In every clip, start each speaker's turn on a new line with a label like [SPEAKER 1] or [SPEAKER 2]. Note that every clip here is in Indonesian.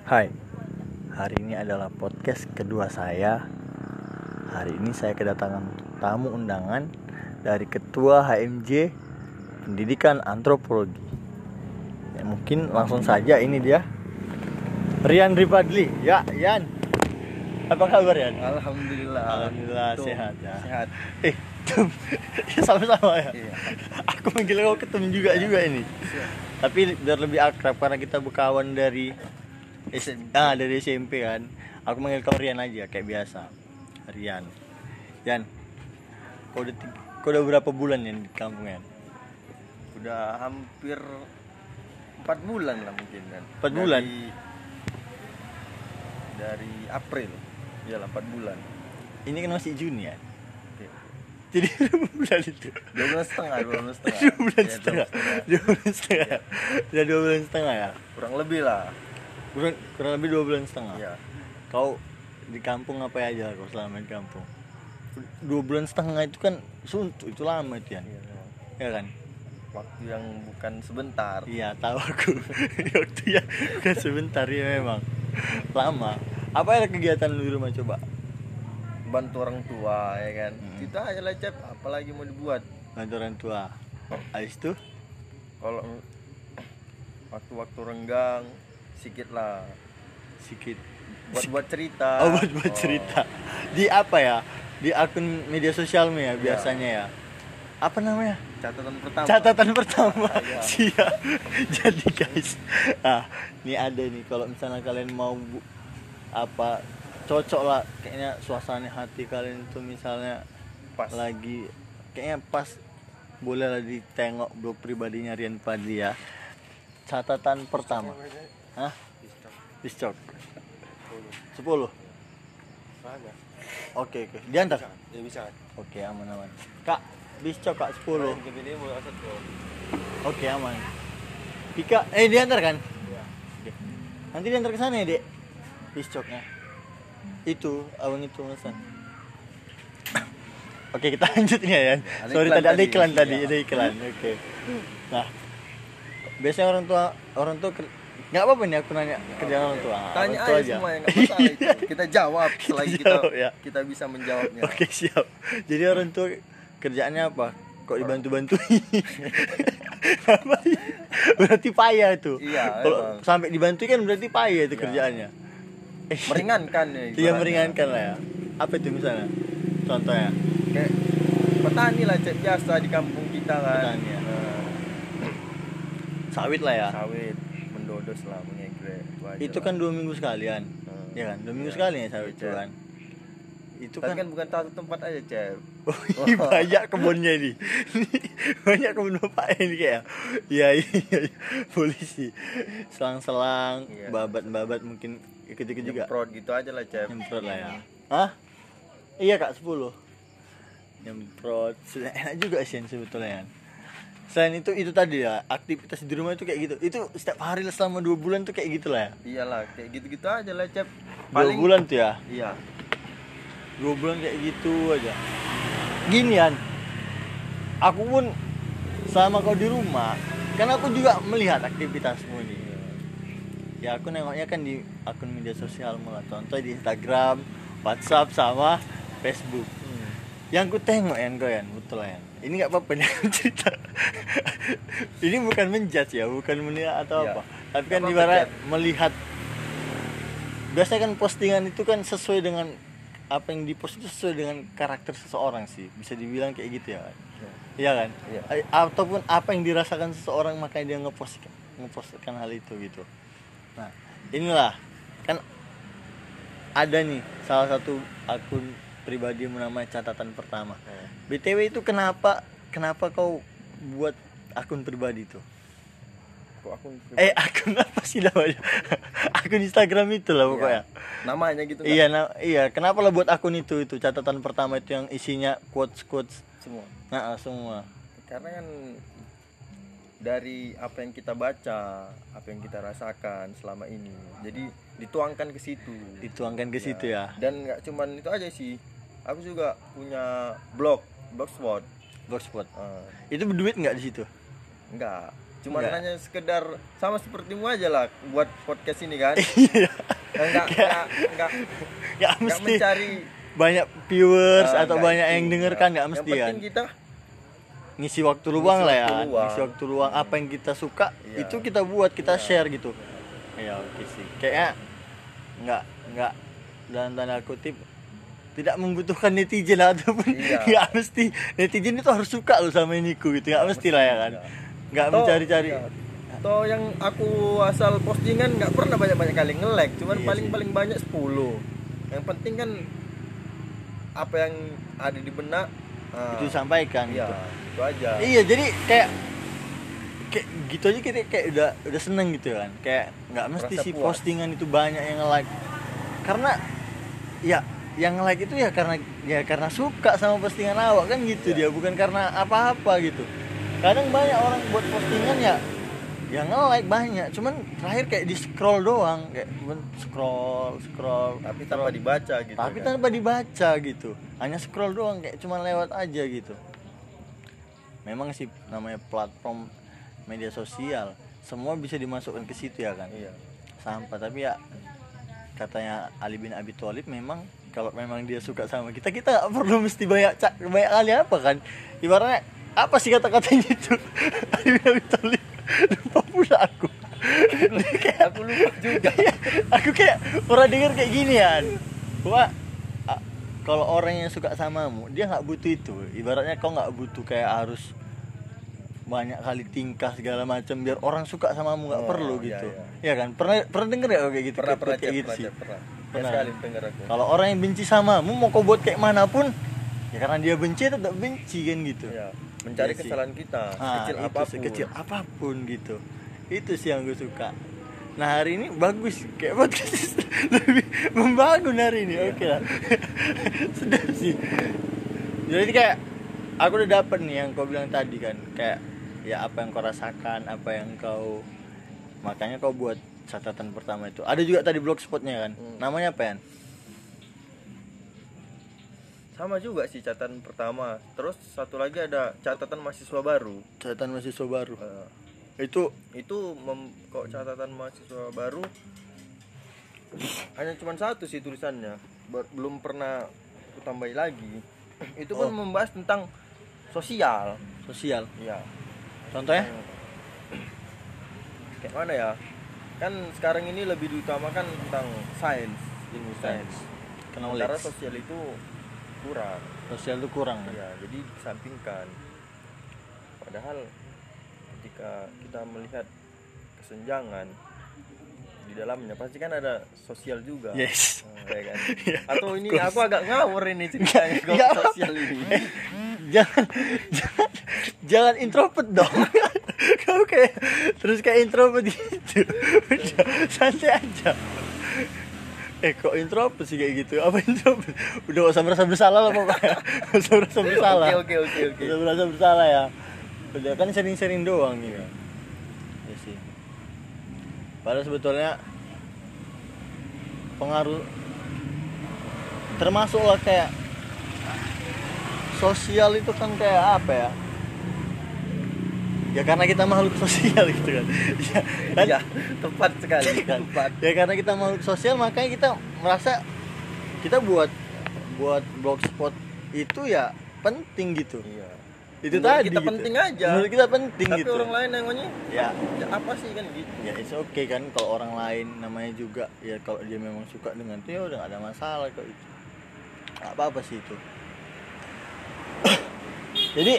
[SPEAKER 1] Hai, hari ini adalah podcast kedua saya. Hari ini saya kedatangan tamu undangan dari Ketua HMJ Pendidikan Antropologi. Ya, mungkin langsung saja ini dia, Rian Ripadli. Ya, Yan. Apa kabar, Yan?
[SPEAKER 2] Alhamdulillah
[SPEAKER 1] Sehat ya.
[SPEAKER 2] Sehat.
[SPEAKER 1] Ya sama-sama ya.
[SPEAKER 2] Iya.
[SPEAKER 1] Aku manggil kau ketemu juga ini. Tapi biar lebih akrab karena kita berkawan dari dari SMP kan. Aku manggil kau Rian aja kayak biasa. Rian. Yan. Kau udah berapa bulan ya di kampung ya?
[SPEAKER 2] Udah hampir 4 bulan lah mungkin kan.
[SPEAKER 1] 4 bulan?
[SPEAKER 2] Dari April. Iyalah 4 bulan.
[SPEAKER 1] Ini kan masih Juni ya.
[SPEAKER 2] Oke.
[SPEAKER 1] Jadi berapa bulan itu?
[SPEAKER 2] 2 bulan setengah.
[SPEAKER 1] 2 bulan
[SPEAKER 2] Ya,
[SPEAKER 1] setengah. 2 bulan setengah. Ya 2 bulan setengah ya.
[SPEAKER 2] Kurang lebih lah.
[SPEAKER 1] Kurang lebih 2 bulan setengah.
[SPEAKER 2] Iya.
[SPEAKER 1] Kau di kampung apa aja kau selama di kampung? 2 bulan setengah itu kan suntuk, itu lama itu ya.
[SPEAKER 2] Iya.
[SPEAKER 1] Ya kan?
[SPEAKER 2] Waktu yang bukan sebentar.
[SPEAKER 1] Iya, tahu aku. Waktu ya bukan sebentar ya memang. Lama. Apa ada kegiatan lu di rumah coba?
[SPEAKER 2] Bantu orang tua ya kan. Kita aja lah Cep, apalagi mau dibuat.
[SPEAKER 1] Bantu orang tua. Habis itu
[SPEAKER 2] Kalau waktu-waktu renggang sedikit lah
[SPEAKER 1] sedikit
[SPEAKER 2] buat cerita.
[SPEAKER 1] buat cerita. Di apa ya? Di akun media sosialmu ya biasanya ya. Apa namanya? Catatan pertama.
[SPEAKER 2] Iya.
[SPEAKER 1] Siap. Jadi guys, ini ada nih kalau misalnya kalian mau cocok lah kayaknya suasana hati kalian itu misalnya
[SPEAKER 2] Pas.
[SPEAKER 1] lagi kayaknya pas, boleh lah ditengok blog pribadinya Rian Padli ya. Catatan pertama. Discok 10. Oke. Diantar?
[SPEAKER 2] Ya bisa.
[SPEAKER 1] Oke, aman. Kak, discok Kak 10. Oke, aman. Pika, diantar kan?
[SPEAKER 2] Iya.
[SPEAKER 1] Oke. Nanti diantar ke sana ya, Dek. Discoknya. Itu, abang itu pesan. Oke, kita lanjut nih ya. Sorry tadi ada iklan tadi. Oke. Nah, biasanya orang tua nggak apa-apa nih aku nanya kerjaan orang tua.
[SPEAKER 2] Tanya
[SPEAKER 1] Orang tua
[SPEAKER 2] aja semua yang nggak masalah itu. Kita jawab selagi
[SPEAKER 1] jawab, ya.
[SPEAKER 2] kita bisa menjawabnya.
[SPEAKER 1] Oke, siap. Jadi orang tua kerjaannya apa? Kok dibantu-bantuin? Apa ya? Berarti payah itu.
[SPEAKER 2] Iya,
[SPEAKER 1] Kalau
[SPEAKER 2] emang.
[SPEAKER 1] sampai dibantuin kan berarti payah itu
[SPEAKER 2] Iya.
[SPEAKER 1] kerjaannya.
[SPEAKER 2] Meringankan ya.
[SPEAKER 1] Iya,
[SPEAKER 2] ibaratnya.
[SPEAKER 1] meringankan lah ya. Apa itu misalnya? Contohnya?
[SPEAKER 2] Kayak petani lah Cep, biasa di kampung kita kan.
[SPEAKER 1] Petani, ya.
[SPEAKER 2] Nah,
[SPEAKER 1] Sawit lah ya.
[SPEAKER 2] sawit, mendodos lah, mengegrek.
[SPEAKER 1] Itu kan 2 minggu sekalian. Ya kan? 2 minggu sekali ya sawit itu
[SPEAKER 2] Iya.
[SPEAKER 1] kan. Itu
[SPEAKER 2] Tapi
[SPEAKER 1] kan,
[SPEAKER 2] kan bukan satu tempat aja Cep.
[SPEAKER 1] oh, ini banyak kebunnya ini. Banyak kebun bapak ini kayak. Iya. Polisi. Selang-selang,
[SPEAKER 2] Iya.
[SPEAKER 1] babat mungkin ikut-ikut juga.
[SPEAKER 2] Nyemprot gitu aja lah Cep.
[SPEAKER 1] Nyemprot lah ya. Hah? Iya Kak, 10. Nyemprot. Sudah enak juga sih sebetulnya kan. Selain itu tadi ya, aktivitas di rumah itu kayak gitu. Itu setiap hari lah selama 2 bulan tuh kayak gitu lah ya.
[SPEAKER 2] Iyalah, kayak gitu-gitu aja lah Cep.
[SPEAKER 1] 2 bulan tuh ya.
[SPEAKER 2] Iya.
[SPEAKER 1] 2 bulan kayak gitu aja. Ginian, aku pun sama kau di rumah, kan aku juga melihat aktivitasmu ini. Ya aku nengoknya kan di akun media sosialmu lah, contoh di Instagram, WhatsApp sama Facebook. Yang ku tengok Yan, betul Yan. Ini nggak apa-apa nih aku cerita. Ini bukan menjudge ya, bukan menilai atau
[SPEAKER 2] Iya.
[SPEAKER 1] apa. Tapi kan
[SPEAKER 2] Apa-apa,
[SPEAKER 1] ibarat
[SPEAKER 2] Cep.
[SPEAKER 1] melihat. Biasanya kan postingan itu kan sesuai dengan apa yang dipost itu sesuai dengan karakter seseorang sih, bisa dibilang kayak gitu ya kan? Iya kan?
[SPEAKER 2] Iya.
[SPEAKER 1] Ataupun apa yang dirasakan seseorang makanya dia ngepostkan hal itu gitu. Nah, inilah kan ada nih salah satu akun pribadi namanya catatan pertama. BTW itu kenapa kau buat akun pribadi itu?
[SPEAKER 2] Kok aku
[SPEAKER 1] Akun apa sih namanya? Akun Instagram itu lah pokoknya.
[SPEAKER 2] namanya gitu kan?
[SPEAKER 1] Iya, kenapa lah buat akun itu catatan pertama itu yang isinya quotes
[SPEAKER 2] Semua.
[SPEAKER 1] nah semua.
[SPEAKER 2] Karena kan dari apa yang kita baca, apa yang kita rasakan selama ini, jadi dituangkan ke situ.
[SPEAKER 1] Dituangkan ke situ ya.
[SPEAKER 2] Dan nggak cuman itu aja sih, aku juga punya blogspot.
[SPEAKER 1] Blogspot. Itu berduit nggak di situ?
[SPEAKER 2] Enggak, cuma
[SPEAKER 1] Enggak.
[SPEAKER 2] hanya sekedar sama sepertimu aja lah buat podcast ini kan.
[SPEAKER 1] Iya.
[SPEAKER 2] Enggak
[SPEAKER 1] mesti
[SPEAKER 2] mencari
[SPEAKER 1] banyak viewers atau
[SPEAKER 2] enggak
[SPEAKER 1] banyak
[SPEAKER 2] itu.
[SPEAKER 1] yang denger kan, enggak mesti
[SPEAKER 2] Yang
[SPEAKER 1] kan.
[SPEAKER 2] penting kita
[SPEAKER 1] Ngisi waktu luang
[SPEAKER 2] Ngisi
[SPEAKER 1] lah ya.
[SPEAKER 2] waktu luang.
[SPEAKER 1] Ngisi waktu luang apa yang kita suka
[SPEAKER 2] Iya.
[SPEAKER 1] itu kita buat, kita
[SPEAKER 2] Iya.
[SPEAKER 1] share gitu. Ya oke sih. Kayaknya enggak dalam tanda kutip tidak membutuhkan netizen ataupun
[SPEAKER 2] Iya.
[SPEAKER 1] nggak mesti netizen itu harus suka loh sama iniku gitu, nggak mesti lah ya kan, nggak
[SPEAKER 2] Toh,
[SPEAKER 1] mencari-cari.
[SPEAKER 2] iya. Toh yang aku asal postingan nggak pernah banyak-banyak kali nge-like, cuman
[SPEAKER 1] Iya
[SPEAKER 2] paling banyak 10. Yang penting kan apa yang ada di benak
[SPEAKER 1] Itu disampaikan
[SPEAKER 2] iya,
[SPEAKER 1] gitu.
[SPEAKER 2] itu aja.
[SPEAKER 1] Iya, jadi kayak gitu aja kita kayak udah seneng gitu kan, kayak nggak mesti
[SPEAKER 2] Merasa
[SPEAKER 1] si
[SPEAKER 2] puas.
[SPEAKER 1] postingan itu banyak yang like, karena ya yang like itu ya karena suka sama postingan awak kan gitu.
[SPEAKER 2] Iya.
[SPEAKER 1] Dia bukan karena apa-apa gitu. Kadang banyak orang buat postingan ya yang nge-like banyak, cuman terakhir kayak di scroll doang, kayak scroll
[SPEAKER 2] Tapi tanpa dibaca gitu.
[SPEAKER 1] tapi
[SPEAKER 2] kan.
[SPEAKER 1] tanpa dibaca gitu, hanya scroll doang, kayak cuman lewat aja gitu. Memang sih namanya platform media sosial, semua bisa dimasukkan ke situ ya kan,
[SPEAKER 2] Iya.
[SPEAKER 1] sampah. Tapi ya katanya Ali bin Abi Thalib, memang kalau memang dia suka sama kita nggak perlu mesti banyak kali apa kan, ibaratnya apa sih kata-katanya itu Ali bin Abi Thalib, lupa pula aku.
[SPEAKER 2] Aku lupa juga.
[SPEAKER 1] Aku kayak pernah dengar kayak ginian, bahwa kalau orang yang suka samamu dia nggak butuh itu, ibaratnya kau nggak butuh kayak harus banyak kali tingkah segala macam biar orang suka samamu, nggak
[SPEAKER 2] Oh,
[SPEAKER 1] perlu
[SPEAKER 2] iya,
[SPEAKER 1] gitu.
[SPEAKER 2] iya.
[SPEAKER 1] Ya kan, pernah denger ya kayak gitu,
[SPEAKER 2] Pernah
[SPEAKER 1] kayak gitu sih.
[SPEAKER 2] pernah.
[SPEAKER 1] Pernah.
[SPEAKER 2] Sekali dengar aku.
[SPEAKER 1] Kalau orang yang benci samamu, mau kau buat kayak manapun ya karena dia benci, tetap benci kan gitu.
[SPEAKER 2] Iya, mencari
[SPEAKER 1] Iya sih.
[SPEAKER 2] kesalahan kita, sekecil
[SPEAKER 1] itu,
[SPEAKER 2] apapun.
[SPEAKER 1] sekecil apapun gitu. Itu sih yang gue suka. Nah hari ini bagus, kayak podcast lebih membangun hari ini. Oke lah. Sedap sih. Jadi kayak aku udah dapet nih yang kau bilang tadi kan, kayak ya apa yang kau rasakan, apa yang kau, makanya kau buat catatan pertama itu. Ada juga tadi blogspotnya kan, namanya apa ya?
[SPEAKER 2] Sama juga sih catatan pertama. Terus satu lagi ada catatan mahasiswa baru.
[SPEAKER 1] Catatan mahasiswa baru.
[SPEAKER 2] Eh,
[SPEAKER 1] Itu
[SPEAKER 2] kok catatan mahasiswa baru hanya cuma satu sih tulisannya, belum pernah aku tambahin lagi. Itu pun
[SPEAKER 1] Oh.
[SPEAKER 2] membahas tentang sosial.
[SPEAKER 1] sosial.
[SPEAKER 2] Iya.
[SPEAKER 1] Contohnya?
[SPEAKER 2] Kayak mana ya? Kan sekarang ini lebih diutamakan tentang sains, ilmu sains. Sementara
[SPEAKER 1] Knowledge.
[SPEAKER 2] sosial itu kurang.
[SPEAKER 1] Sosial itu kurang.
[SPEAKER 2] Ya, jadi disampingkan. Padahal ketika kita melihat kesenjangan di dalamnya pasti kan ada sosial juga.
[SPEAKER 1] Yes.
[SPEAKER 2] Ya kan?
[SPEAKER 1] Ya,
[SPEAKER 2] Atau
[SPEAKER 1] of
[SPEAKER 2] ini
[SPEAKER 1] course.
[SPEAKER 2] aku agak ngawur ini ceritanya kalau
[SPEAKER 1] Nggak.
[SPEAKER 2] sosial ini.
[SPEAKER 1] jangan introvert dong. Kau kayak introvert gitu. Udah, santai aja. Kok introvert sih kayak gitu? Apa introvert? Udah gak usah merasa bersalah lah pokoknya. Gak usah merasa bersalah.
[SPEAKER 2] Oke.
[SPEAKER 1] Gak usah merasa bersalah ya. Udah kan sering-sering doang gitu. Ya sih. Padahal sebetulnya pengaruh termasuk lah kayak sosial itu kan kayak apa ya? Ya karena kita makhluk sosial gitu kan. Ya, kan?
[SPEAKER 2] Iya, tepat sekali.
[SPEAKER 1] Kan?
[SPEAKER 2] Tepat.
[SPEAKER 1] Ya karena kita makhluk sosial, makanya kita merasa kita buat blogspot itu ya penting gitu.
[SPEAKER 2] Iya.
[SPEAKER 1] Itu
[SPEAKER 2] Menurut
[SPEAKER 1] tadi
[SPEAKER 2] kita
[SPEAKER 1] gitu.
[SPEAKER 2] penting aja.
[SPEAKER 1] Menurut kita penting
[SPEAKER 2] Tapi
[SPEAKER 1] gitu.
[SPEAKER 2] orang lain namanya
[SPEAKER 1] Ya,
[SPEAKER 2] ya apa sih kan gitu.
[SPEAKER 1] ya it's okay kan kalau orang lain namanya juga, ya kalau dia memang suka dengan itu ya udah gak ada masalah kok itu. Gak apa-apa sih itu. Jadi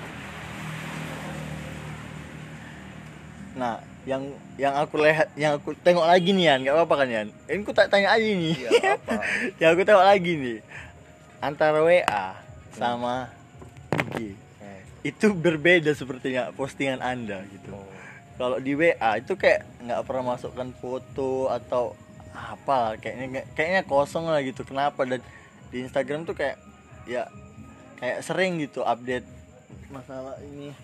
[SPEAKER 1] nah, yang aku lihat, yang aku tengok lagi nih Yan, nggak apa-apa kan Yan? Ini aku tak tanya aja nih.
[SPEAKER 2] Iya, apa?
[SPEAKER 1] Yang aku tengok lagi nih, antara WA sama IG itu berbeda sepertinya postingan Anda gitu.
[SPEAKER 2] Oh.
[SPEAKER 1] Kalau di WA itu kayak nggak pernah masukkan foto atau apa, kayaknya kosong lah gitu. Kenapa? Dan di Instagram tuh kayak ya kayak sering gitu update masalah ini.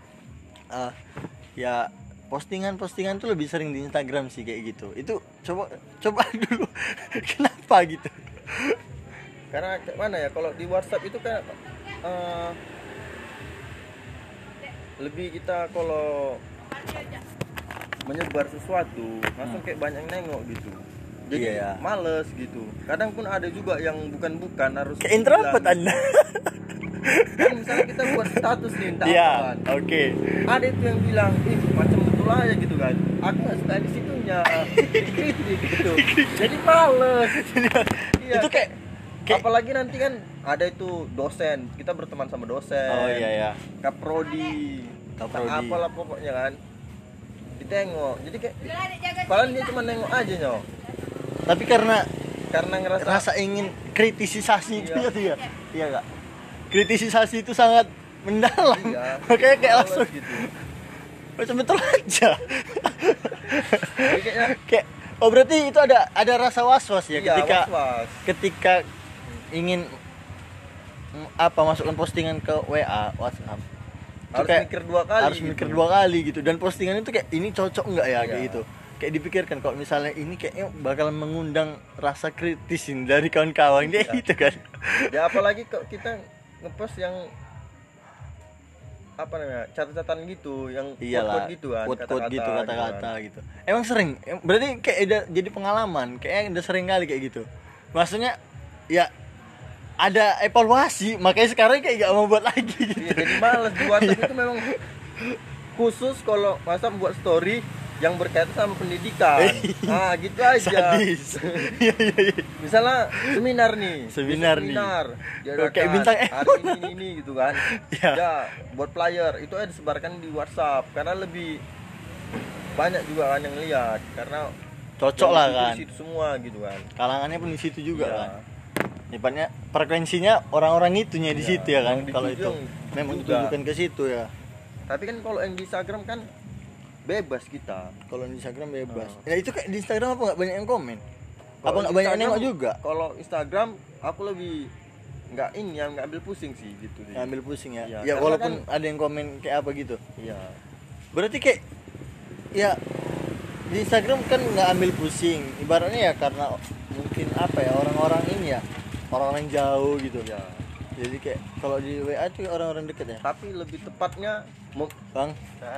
[SPEAKER 1] Ya postingan tuh lebih sering di Instagram sih kayak gitu. Itu coba dulu kenapa gitu.
[SPEAKER 2] Karena kayak mana ya, kalau di WhatsApp itu kan lebih kita kalau menyebar sesuatu langsung kayak banyak yang nengok gitu. Jadi
[SPEAKER 1] Iya.
[SPEAKER 2] males gitu. Kadang pun ada juga yang bukan harus
[SPEAKER 1] Kayak introvert
[SPEAKER 2] bilang.
[SPEAKER 1] Anda.
[SPEAKER 2] Kan misalnya kita buat status nih entah
[SPEAKER 1] Iya,
[SPEAKER 2] apa kan.
[SPEAKER 1] oke.
[SPEAKER 2] Ada itu yang bilang, ih macam betul aja gitu kan. Aku nggak suka di situnya, kritik gitu. Jadi males. Iya,
[SPEAKER 1] Itu kayak
[SPEAKER 2] apalagi nanti kan ada itu dosen, kita berteman sama dosen.
[SPEAKER 1] oh iya ya.
[SPEAKER 2] Kaprodi,
[SPEAKER 1] Kaprodi.
[SPEAKER 2] apalah pokoknya kan. Ditengok. Jadi kayak padahal dia cuma nengok aja nyok.
[SPEAKER 1] Tapi karena
[SPEAKER 2] Ngerasa
[SPEAKER 1] rasa ingin kritisisasi itu
[SPEAKER 2] Iya.
[SPEAKER 1] ya tuh ya. Iya enggak? Kritisisasi itu sangat mendalam.
[SPEAKER 2] Iya.
[SPEAKER 1] Makanya kayak
[SPEAKER 2] males
[SPEAKER 1] langsung
[SPEAKER 2] gitu.
[SPEAKER 1] macam betul aja.
[SPEAKER 2] Jadi kayaknya
[SPEAKER 1] Kayak oh berarti itu ada rasa was-was ya
[SPEAKER 2] iya,
[SPEAKER 1] ketika
[SPEAKER 2] was-was.
[SPEAKER 1] ketika ingin masukkan postingan ke WA, WhatsApp. Itu
[SPEAKER 2] Harus
[SPEAKER 1] kayak
[SPEAKER 2] mikir dua kali.
[SPEAKER 1] harus
[SPEAKER 2] gitu.
[SPEAKER 1] mikir 2 kali gitu, dan postingan itu kayak ini cocok nggak ya, kayak
[SPEAKER 2] Iya.
[SPEAKER 1] gitu. Kayak dipikirkan kalau misalnya ini kayaknya bakal mengundang rasa kritis ini dari kawan-kawan dia
[SPEAKER 2] Iya.
[SPEAKER 1] gitu kan.
[SPEAKER 2] Ya apalagi kok kita ngepost yang apa namanya catatan gitu, yang
[SPEAKER 1] Iyalah,
[SPEAKER 2] quote gitu kan,
[SPEAKER 1] quote gitu,
[SPEAKER 2] kata-kata
[SPEAKER 1] kata-kata
[SPEAKER 2] kan.
[SPEAKER 1] gitu. Emang sering, berarti kayak udah jadi pengalaman, kayak udah sering kali kayak gitu. Maksudnya ya ada evaluasi, makanya sekarang kayak gak mau buat lagi gitu.
[SPEAKER 2] Iya, jadi males di WhatsApp itu memang khusus kalau masa buat story yang berkaitan sama pendidikan. Nah, gitu aja.
[SPEAKER 1] Sadis. Iya iya iya.
[SPEAKER 2] Misalnya seminar nih.
[SPEAKER 1] Seminar nih.
[SPEAKER 2] Diadakan
[SPEAKER 1] Kayak bintang
[SPEAKER 2] hari ini gitu kan.
[SPEAKER 1] Iya.
[SPEAKER 2] Ya, buat flyer itu disebarkan di WhatsApp karena lebih banyak juga kan yang lihat karena
[SPEAKER 1] Cocok
[SPEAKER 2] yang
[SPEAKER 1] lah
[SPEAKER 2] di
[SPEAKER 1] kan.
[SPEAKER 2] situ semua gitu kan.
[SPEAKER 1] Kalangannya pun di situ juga
[SPEAKER 2] Iya.
[SPEAKER 1] kan. Ibaratnya frekuensinya orang-orang itunya di
[SPEAKER 2] Iya,
[SPEAKER 1] situ ya kan.
[SPEAKER 2] yang
[SPEAKER 1] Kalau
[SPEAKER 2] dituju
[SPEAKER 1] itu memang
[SPEAKER 2] juga.
[SPEAKER 1] ditujukan ke situ ya.
[SPEAKER 2] Tapi kan kalau yang di Instagram kan bebas kita.
[SPEAKER 1] Kalau di Instagram bebas.
[SPEAKER 2] Oh.
[SPEAKER 1] Ya itu kayak di Instagram apa nggak banyak yang komen? Apa
[SPEAKER 2] Kalau
[SPEAKER 1] nggak banyak yang
[SPEAKER 2] Instagram-
[SPEAKER 1] nengok juga?
[SPEAKER 2] Kalau Instagram aku lebih nggak ini yang nggak ambil pusing sih gitu sih.
[SPEAKER 1] Ngambil pusing ya.
[SPEAKER 2] Iya,
[SPEAKER 1] Ya
[SPEAKER 2] karena
[SPEAKER 1] walaupun
[SPEAKER 2] kan-
[SPEAKER 1] ada yang komen kayak apa gitu.
[SPEAKER 2] Iya.
[SPEAKER 1] Berarti kayak ya di Instagram kan nggak ambil pusing. Ibaratnya ya karena mungkin apa ya, orang-orang ini ya, orang-orang jauh gitu.
[SPEAKER 2] Iya.
[SPEAKER 1] Jadi kayak kalau di WA tuh orang-orang deket ya.
[SPEAKER 2] Tapi lebih tepatnya
[SPEAKER 1] Bang.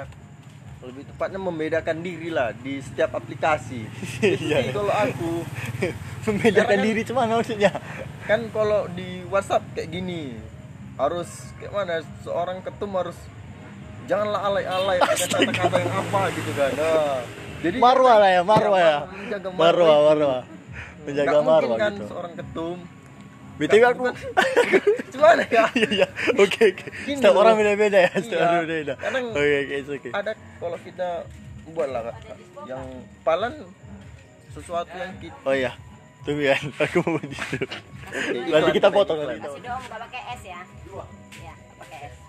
[SPEAKER 2] lebih tepatnya membedakan diri lah di setiap aplikasi.
[SPEAKER 1] Iya.
[SPEAKER 2] Jadi kalau aku
[SPEAKER 1] Membedakan
[SPEAKER 2] Karena kan-
[SPEAKER 1] diri cuma maksudnya.
[SPEAKER 2] kan kalau di WhatsApp kayak gini harus kayak mana seorang ketum harus janganlah alay-alay dengan kata-kata yang apa gitu kan. Nah, jadi
[SPEAKER 1] Marwah lah ya, marwah ya.
[SPEAKER 2] menjaga
[SPEAKER 1] Marwah,
[SPEAKER 2] itu.
[SPEAKER 1] marwah. Menjaga
[SPEAKER 2] Nggak mungkin
[SPEAKER 1] marwah
[SPEAKER 2] kan
[SPEAKER 1] gitu.
[SPEAKER 2] seorang ketum.
[SPEAKER 1] BTW aku
[SPEAKER 2] Gimana ya?
[SPEAKER 1] iya iya. Oke oke.
[SPEAKER 2] Gini
[SPEAKER 1] Setiap
[SPEAKER 2] loh.
[SPEAKER 1] orang beda-beda ya, setiap
[SPEAKER 2] Iya.
[SPEAKER 1] orang beda-beda.
[SPEAKER 2] Kadang
[SPEAKER 1] Oke oke, it's okay.
[SPEAKER 2] Ada kalau kita buat lah yang palan sesuatu yang kita
[SPEAKER 1] Oh iya. Tunggu ya, aku mau di situ.
[SPEAKER 2] Oke,
[SPEAKER 1] Nanti
[SPEAKER 2] iklan,
[SPEAKER 1] kita
[SPEAKER 2] kita
[SPEAKER 1] potong
[SPEAKER 2] iklan.
[SPEAKER 1] lagi.
[SPEAKER 3] Masih dong nggak pakai es ya. Iya, pakai es.